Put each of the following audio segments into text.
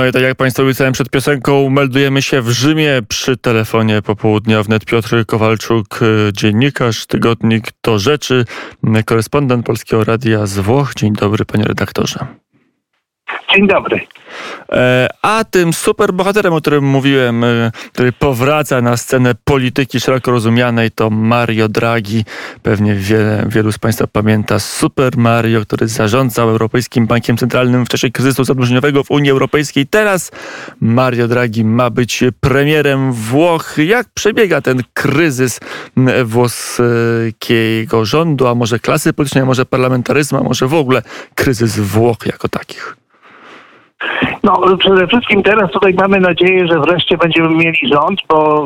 No i tak jak Państwo obiecałem przed piosenką, meldujemy się w Rzymie przy telefonie popołudnia wnet Piotr Kowalczuk, dziennikarz, tygodnik Do Rzeczy, korespondent Polskiego Radia z Włoch. Dzień dobry, panie redaktorze. Dzień dobry. A tym superbohaterem, o którym mówiłem, który powraca na scenę polityki szeroko rozumianej, to Mario Draghi. Pewnie wielu z Państwa pamięta Super Mario, który zarządzał Europejskim Bankiem Centralnym w czasie kryzysu zadłużeniowego w Unii Europejskiej. Teraz Mario Draghi ma być premierem Włoch. Jak przebiega ten kryzys włoskiego rządu, a może klasy politycznej, a może parlamentaryzmu, a może w ogóle kryzys Włoch jako takich? No, przede wszystkim teraz tutaj mamy nadzieję, że wreszcie będziemy mieli rząd, bo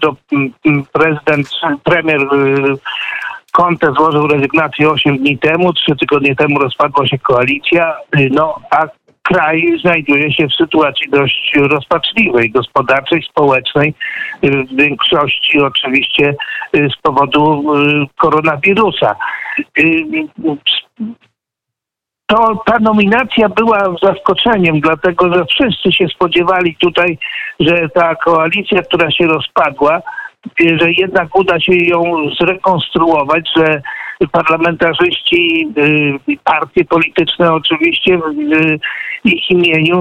premier Conte złożył rezygnację 8 dni temu, 3 tygodnie temu rozpadła się koalicja, a kraj znajduje się w sytuacji dość rozpaczliwej, gospodarczej, społecznej, w większości oczywiście z powodu koronawirusa. Ta nominacja była zaskoczeniem, dlatego że wszyscy się spodziewali tutaj, że ta koalicja, która się rozpadła, że jednak uda się ją zrekonstruować, że parlamentarzyści, partie polityczne oczywiście w ich imieniu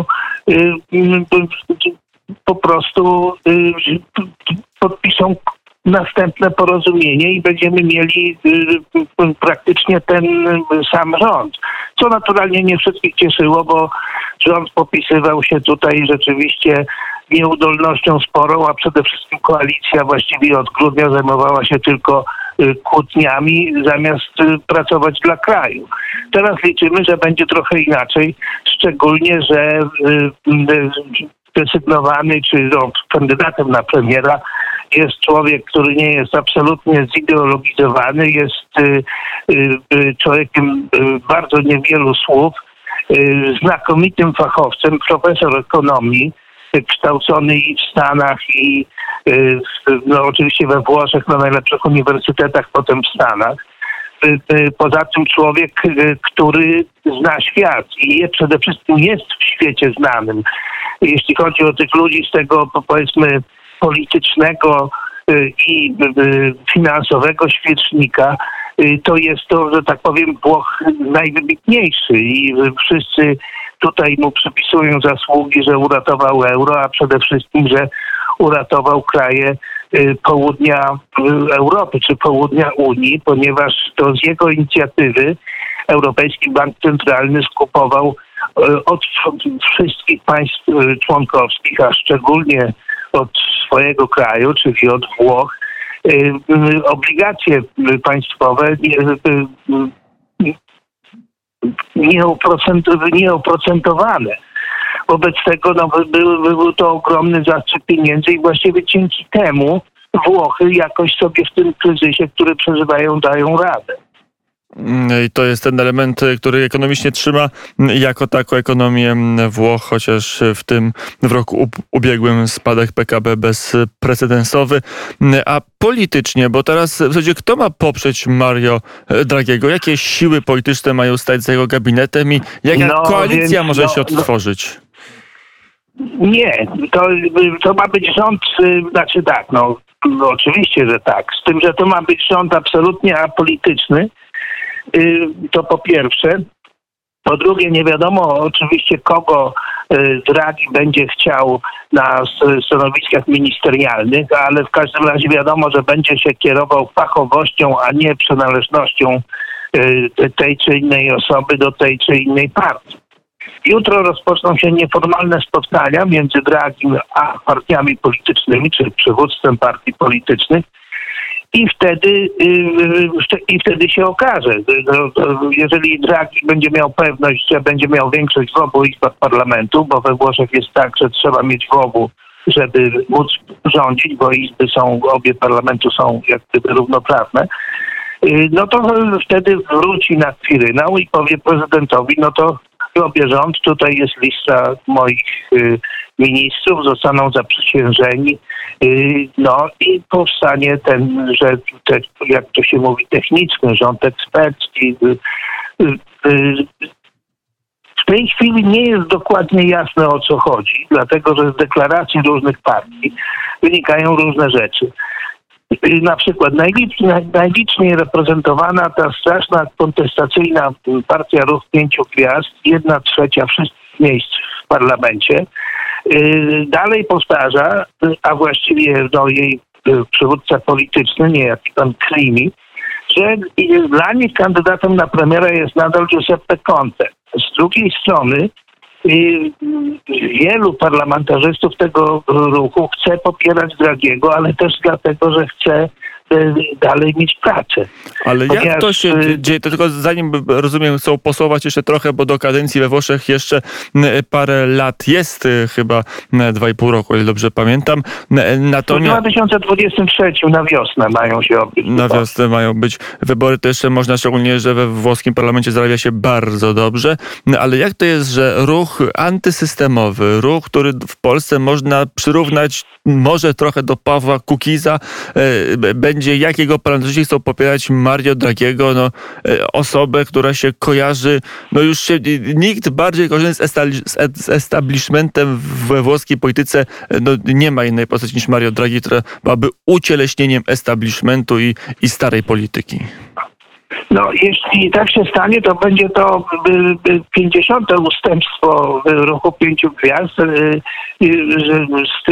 po prostu podpiszą następne porozumienie i będziemy mieli praktycznie ten sam rząd. Co naturalnie nie wszystkich cieszyło, bo rząd popisywał się tutaj rzeczywiście nieudolnością sporą, a przede wszystkim koalicja właściwie od grudnia zajmowała się tylko kłótniami, zamiast pracować dla kraju. Teraz liczymy, że będzie trochę inaczej, szczególnie, że desygnowany czy kandydatem na premiera jest człowiek, który nie jest absolutnie zideologizowany, jest człowiekiem bardzo niewielu słów, znakomitym fachowcem, profesor ekonomii, kształcony i w Stanach, i oczywiście we Włoszech, na najlepszych uniwersytetach, potem w Stanach. Poza tym człowiek, który zna świat i przede wszystkim jest w świecie znanym. Jeśli chodzi o tych ludzi z tego, powiedzmy, politycznego i finansowego świecznika, to jest to, że tak powiem, Włoch najwybitniejszy i wszyscy tutaj mu przypisują zasługi, że uratował euro, a przede wszystkim, że uratował kraje południa Europy czy południa Unii, ponieważ to z jego inicjatywy Europejski Bank Centralny skupował od wszystkich państw członkowskich, a szczególnie od swojego kraju, czyli od Włoch, obligacje państwowe nieoprocentowane. Wobec tego był to ogromny zastrzyk pieniędzy i właściwie dzięki temu Włochy jakoś sobie w tym kryzysie, który przeżywają, dają radę. I to jest ten element, który ekonomicznie trzyma jako taką ekonomię Włoch, chociaż w roku ubiegłym spadek PKB bezprecedensowy. A politycznie, bo teraz w zasadzie kto ma poprzeć Mario Draghiego? Jakie siły polityczne mają stać za jego gabinetem i jaka koalicja może się odtworzyć? Nie, to ma być rząd, oczywiście, że tak. Z tym, że to ma być rząd absolutnie apolityczny. To po pierwsze. Po drugie, nie wiadomo oczywiście, kogo Draghi będzie chciał na stanowiskach ministerialnych, ale w każdym razie wiadomo, że będzie się kierował fachowością, a nie przynależnością tej czy innej osoby do tej czy innej partii. Jutro rozpoczną się nieformalne spotkania między Draghim a partiami politycznymi, czy przywództwem partii politycznych. I wtedy się okaże, jeżeli Draghi będzie miał pewność, że będzie miał większość w obu izbach parlamentu, bo we Włoszech jest tak, że trzeba mieć w obu, żeby móc rządzić, bo obie parlamentu są jak gdyby równoprawne, no to wtedy wróci na kwirynał i powie prezydentowi, no to robię rząd, tutaj jest lista moich ministrów, zostaną zaprzysiężeni, i powstanie jak to się mówi, techniczny rząd ekspercki. W tej chwili nie jest dokładnie jasne, o co chodzi, dlatego że z deklaracji różnych partii wynikają różne rzeczy. Na przykład najliczniej reprezentowana ta straszna kontestacyjna partia Ruch Pięciu Gwiazd, 1/3 wszystkich miejsc w parlamencie, dalej powtarza, a właściwie jej przywódca polityczny, niejaki pan Crimi, że dla nich kandydatem na premiera jest nadal Giuseppe Conte. Z drugiej strony wielu parlamentarzystów tego ruchu chce popierać Draghiego, ale też dlatego, że chce dalej mieć pracę. Ale jak to się dzieje? To tylko zanim, rozumiem, chcą posuwać jeszcze trochę, bo do kadencji we Włoszech jeszcze parę lat jest, chyba 2,5 roku, o ile dobrze pamiętam. Natomiast w 2023 na wiosnę mają się odbyć. Na wiosnę mają być wybory, to jeszcze można, szczególnie, że we włoskim parlamencie zarabia się bardzo dobrze. Ale jak to jest, że ruch antysystemowy, ruch, który w Polsce można przyrównać może trochę do Pawła Kukiza, jak jego parlamentarzyści chcą popierać Mario Draghiego, osobę, która się kojarzy, już się nikt bardziej kojarzy z establishmentem we włoskiej polityce, nie ma innej postaci niż Mario Draghi, która byłaby ucieleśnieniem establishmentu i starej polityki. Jeśli tak się stanie, to będzie to 50. ustępstwo Ruchu Pięciu Gwiazd, że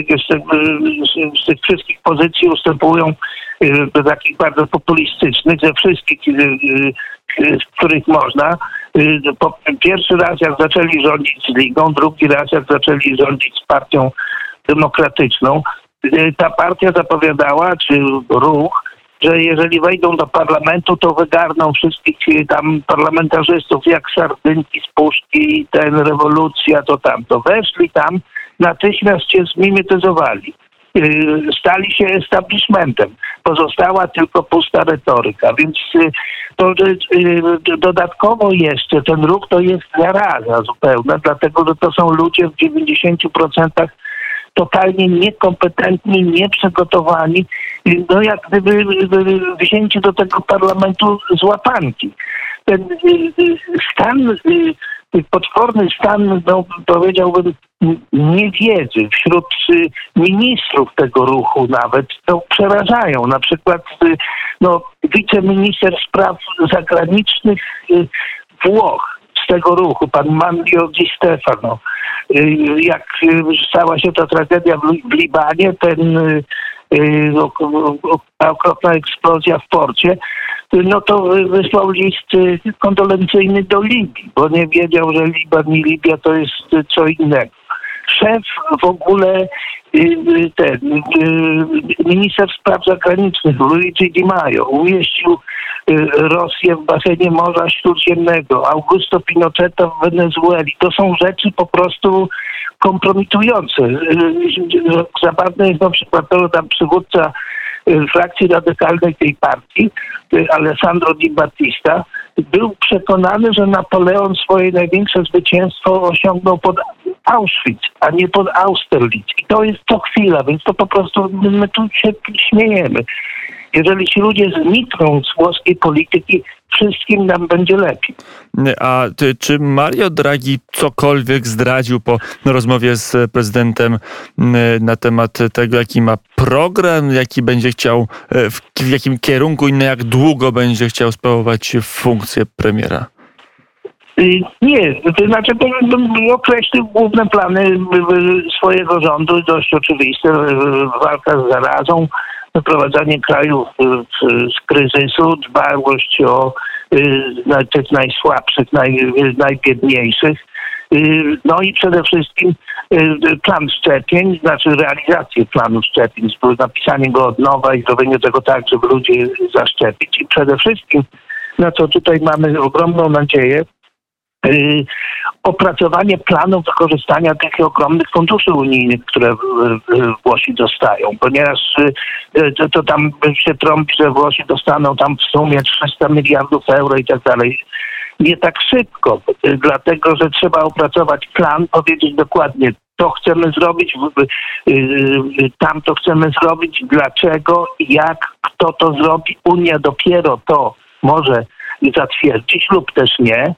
z tych wszystkich pozycji ustępują do takich bardzo populistycznych, ze wszystkich, z których można. Pierwszy raz, jak zaczęli rządzić z Ligą, drugi raz, jak zaczęli rządzić z Partią Demokratyczną, ta partia zapowiadała, czy ruch, że jeżeli wejdą do parlamentu, to wygarną wszystkich tam parlamentarzystów, jak sardynki z puszki, rewolucja, to tamto. Weszli tam, natychmiast się zmimetyzowali. Stali się establishmentem. Pozostała tylko pusta retoryka. Więc to dodatkowo jeszcze ten ruch to jest zaraza zupełna, dlatego że to są ludzie w 90% totalnie niekompetentni, nieprzygotowani, jak gdyby wzięci do tego parlamentu z łapanki. Ten stan, potworny stan, powiedziałbym, niewiedzy wśród ministrów tego ruchu nawet, to przerażają. Na przykład wiceminister spraw zagranicznych Włoch z tego ruchu, pan Manlio Di Stefano. Jak stała się ta tragedia w Libanie, ta okropna eksplozja w porcie, to wysłał list kondolencyjny do Libii, bo nie wiedział, że Liban i Libia to jest co innego. Szef w ogóle, minister spraw zagranicznych Luigi Di Maio umieścił Rosję w basenie Morza Śródziemnego, Augusto Pinocheta w Wenezueli. To są rzeczy po prostu kompromitujące. Zabawne jest na przykład to, że tam przywódca frakcji radykalnej tej partii, Alessandro Di Battista, był przekonany, że Napoleon swoje największe zwycięstwo osiągnął pod Auschwitz, a nie pod Austerlitz. I to jest co chwila, więc to po prostu my tu się śmiejemy. Jeżeli ci ludzie znikną z włoskiej polityki, wszystkim nam będzie lepiej. A czy Mario Draghi cokolwiek zdradził po rozmowie z prezydentem na temat tego, jaki ma program, jaki będzie chciał, w jakim kierunku i na jak długo będzie chciał sprawować funkcję premiera? Nie, to znaczy określił główne plany swojego rządu, dość oczywiste, walka z zarazą, wyprowadzanie kraju z kryzysu, dbałość o tych najsłabszych, najbiedniejszych. I przede wszystkim plan szczepień, znaczy realizację planu szczepień, napisanie go od nowa i zrobienie tego tak, żeby ludzie zaszczepić. I przede wszystkim, na co tutaj mamy ogromną nadzieję, opracowanie planu wykorzystania tych ogromnych funduszy unijnych, które Włosi dostają, ponieważ to tam się trąbi, że Włosi dostaną tam w sumie 300 miliardów euro i tak dalej. Nie tak szybko, dlatego że trzeba opracować plan, powiedzieć dokładnie, to chcemy zrobić, tamto chcemy zrobić, dlaczego, jak, kto to zrobi. Unia dopiero to może zatwierdzić lub też nie.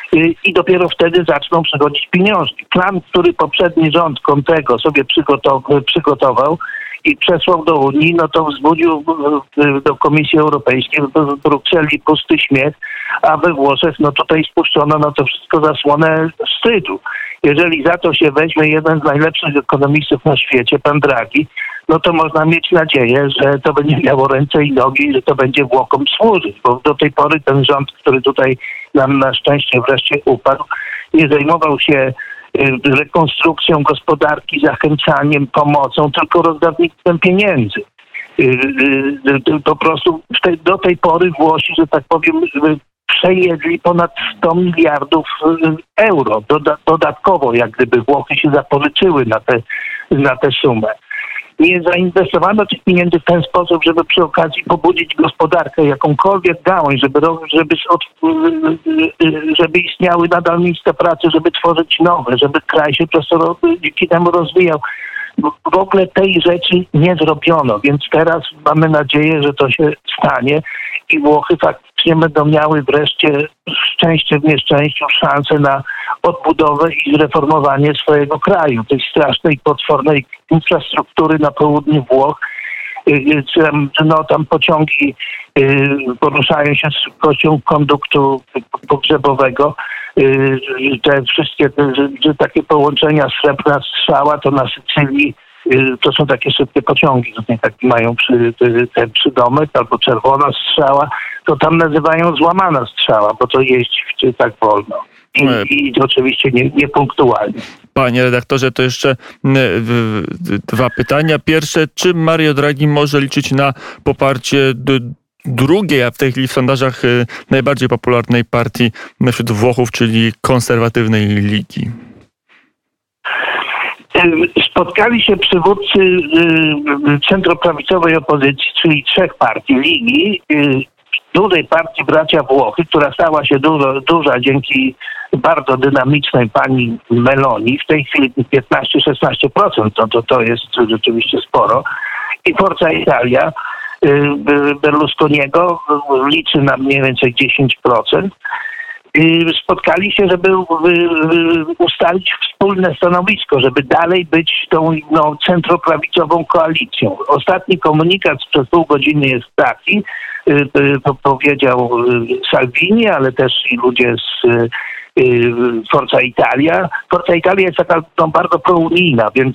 i dopiero wtedy zaczną przychodzić pieniążki. Plan, który poprzedni rząd Contego sobie przygotował i przesłał do Unii, no to wzbudził do Komisji Europejskiej, do Brukseli pusty śmiech, a we Włoszech no tutaj spuszczono no to wszystko zasłonę wstydu. Jeżeli za to się weźmie jeden z najlepszych ekonomistów na świecie, pan Draghi, no to można mieć nadzieję, że to będzie miało ręce i nogi i że to będzie Włochom służyć, bo do tej pory ten rząd, który tutaj nam na szczęście wreszcie upadł, nie zajmował się rekonstrukcją gospodarki, zachęcaniem, pomocą, tylko rozdawnictwem pieniędzy. Po prostu do tej pory Włosi, że tak powiem, przejedli ponad 100 miliardów euro. Dodatkowo, jak gdyby Włochy się zapożyczyły na tę sumę. Nie zainwestowano tych pieniędzy w ten sposób, żeby przy okazji pobudzić gospodarkę, jakąkolwiek gałąź, żeby istniały nadal miejsca pracy, żeby tworzyć nowe, żeby kraj się dzięki temu rozwijał. W ogóle tej rzeczy nie zrobiono, więc teraz mamy nadzieję, że to się stanie i Włochy faktycznie będą miały wreszcie szczęście w nieszczęściu szansę na odbudowę i zreformowanie swojego kraju, tej strasznej, potwornej infrastruktury na południu Włoch. No, tam pociągi poruszają się z szybkością konduktu pogrzebowego. Te wszystkie takie połączenia Srebrna Strzała to na Sycylii to są takie szybkie pociągi, tutaj tak mają ten przydomek, albo Czerwona Strzała, to tam nazywają Złamana Strzała, bo to jeździ tak wolno. I oczywiście niepunktualnie. Panie redaktorze, to jeszcze dwa pytania. Pierwsze, czy Mario Draghi może liczyć na poparcie drugiej, a w tej chwili w sondażach najbardziej popularnej partii wśród Włochów, czyli konserwatywnej Ligi? Spotkali się przywódcy centroprawicowej opozycji, czyli trzech partii Ligi, dużej partii Bracia Włochy, która stała się duża dzięki bardzo dynamicznej pani Meloni, w tej chwili 15-16%, to jest rzeczywiście sporo, i Forza Italia Berlusconiego liczy na mniej więcej 10%. Spotkali się, żeby ustalić wspólne stanowisko, żeby dalej być tą centroprawicową koalicją. Ostatni komunikat sprzed pół godziny jest taki, powiedział Salvini, ale też i ludzie z Forza Italia. Forza Italia jest taka bardzo prounijna, więc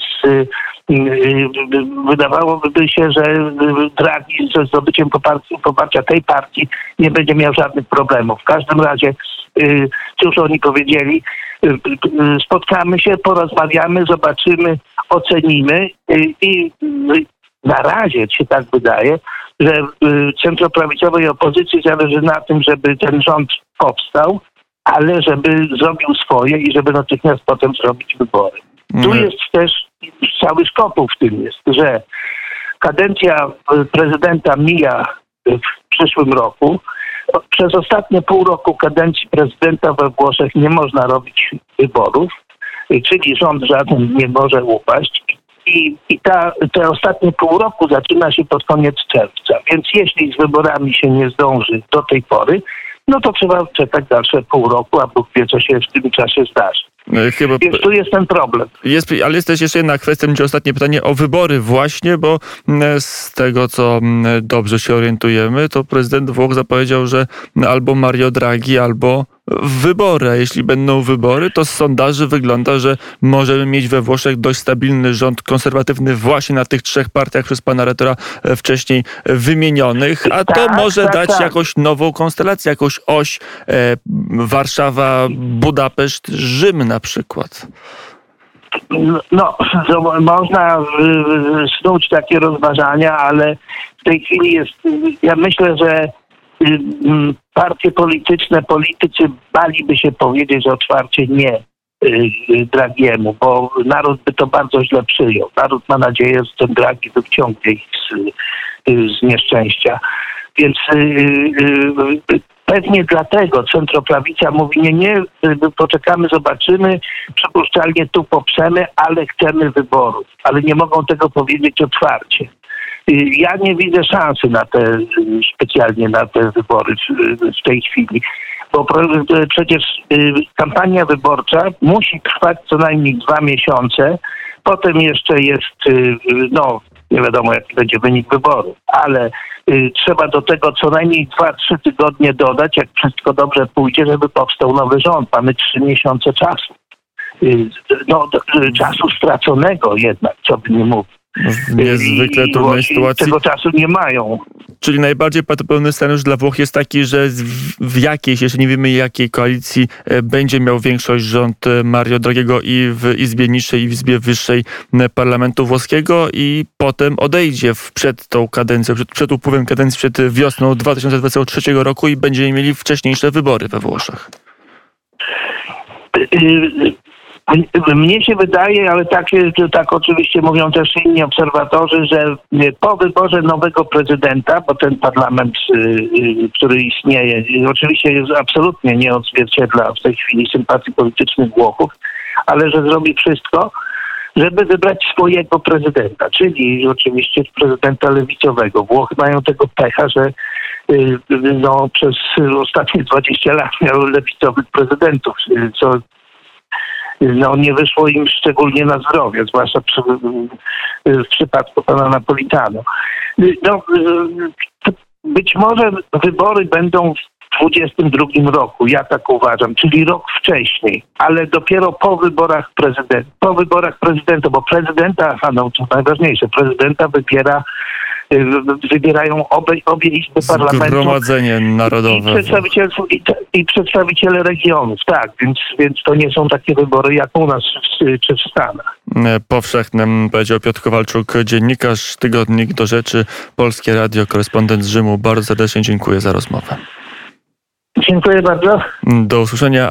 wydawałoby się, że Draghi ze zdobyciem poparcia tej partii nie będzie miał żadnych problemów. W każdym razie, cóż oni powiedzieli, spotkamy się, porozmawiamy, zobaczymy, ocenimy i na razie się tak wydaje, że centroprawicowej opozycji zależy na tym, żeby ten rząd powstał, ale żeby zrobił swoje i żeby natychmiast potem zrobić wybory. Tu jest też cały szkopuł w tym jest, że kadencja prezydenta mija w przyszłym roku. Przez ostatnie pół roku kadencji prezydenta we Włoszech nie można robić wyborów, czyli rząd żaden nie może upaść. I te ostatnie pół roku zaczyna się pod koniec czerwca. Więc jeśli z wyborami się nie zdąży do tej pory, no to trzeba czekać dalsze pół roku, a Bóg wie, co się w tym czasie zdarzy. Więc tu jest ten problem. Ale jest też jeszcze jedna kwestia, będzie ostatnie pytanie o wybory właśnie, bo z tego, co dobrze się orientujemy, to prezydent Włoch zapowiedział, że albo Mario Draghi, albo wybory. A jeśli będą wybory, to z sondaży wygląda, że możemy mieć we Włoszech dość stabilny rząd konserwatywny właśnie na tych trzech partiach przez pana redaktora wcześniej wymienionych, a to może dać jakąś nową konstelację, jakąś oś Warszawa, Budapeszt, Rzym na przykład. No, można snuć takie rozważania, ale w tej chwili ja myślę, że partie polityczne, politycy baliby się powiedzieć otwarcie nie Draghiemu, bo naród by to bardzo źle przyjął. Naród ma nadzieję, że ten Draghi wyciągnie ich z nieszczęścia. Więc pewnie dlatego centroprawica mówi nie, poczekamy, zobaczymy, przypuszczalnie tu poprzemy, ale chcemy wyborów. Ale nie mogą tego powiedzieć otwarcie. Ja nie widzę szansy specjalnie na te wybory w tej chwili. bo przecież kampania wyborcza musi trwać co najmniej 2 miesiące. Potem jeszcze jest, nie wiadomo jaki będzie wynik wyborów, ale trzeba do tego co najmniej 2-3 tygodnie dodać, jak wszystko dobrze pójdzie, żeby powstał nowy rząd. Mamy 3 miesiące czasu. Czasu straconego jednak, co by nie mówić. W niezwykle trudnej sytuacji. Tego czasu nie mają. Czyli najbardziej prawdopodobny scenariusz dla Włoch jest taki, że w jakiejś, jeszcze nie wiemy jakiej koalicji, będzie miał większość rząd Mario Dragiego i w Izbie Niższej i w Izbie Wyższej Parlamentu Włoskiego i potem odejdzie przed tą kadencją, przed upływem kadencji, przed wiosną 2023 roku i będziemy mieli wcześniejsze wybory we Włoszech. Mnie się wydaje, ale tak oczywiście mówią też inni obserwatorzy, że po wyborze nowego prezydenta, bo ten parlament, który istnieje, oczywiście absolutnie nie odzwierciedla w tej chwili sympatii politycznych Włochów, ale że zrobi wszystko, żeby wybrać swojego prezydenta, czyli oczywiście prezydenta lewicowego. Włochy mają tego pecha, że przez ostatnie 20 lat miały lewicowych prezydentów, co nie wyszło im szczególnie na zdrowie, zwłaszcza w przypadku pana Napolitano. Być może wybory będą w 2022 roku, ja tak uważam, czyli rok wcześniej, ale dopiero po wyborach prezydenta, bo prezydenta, to najważniejsze, prezydenta wybierają obie izby parlamentu. Zgromadzenie Narodowe. I przedstawiciele regionów, tak, więc to nie są takie wybory jak u nas czy w Stanach. Powszechnym, powiedział Piotr Kowalczuk, dziennikarz, tygodnik Do Rzeczy, Polskie Radio, korespondent z Rzymu. Bardzo serdecznie dziękuję za rozmowę. Dziękuję bardzo. Do usłyszenia.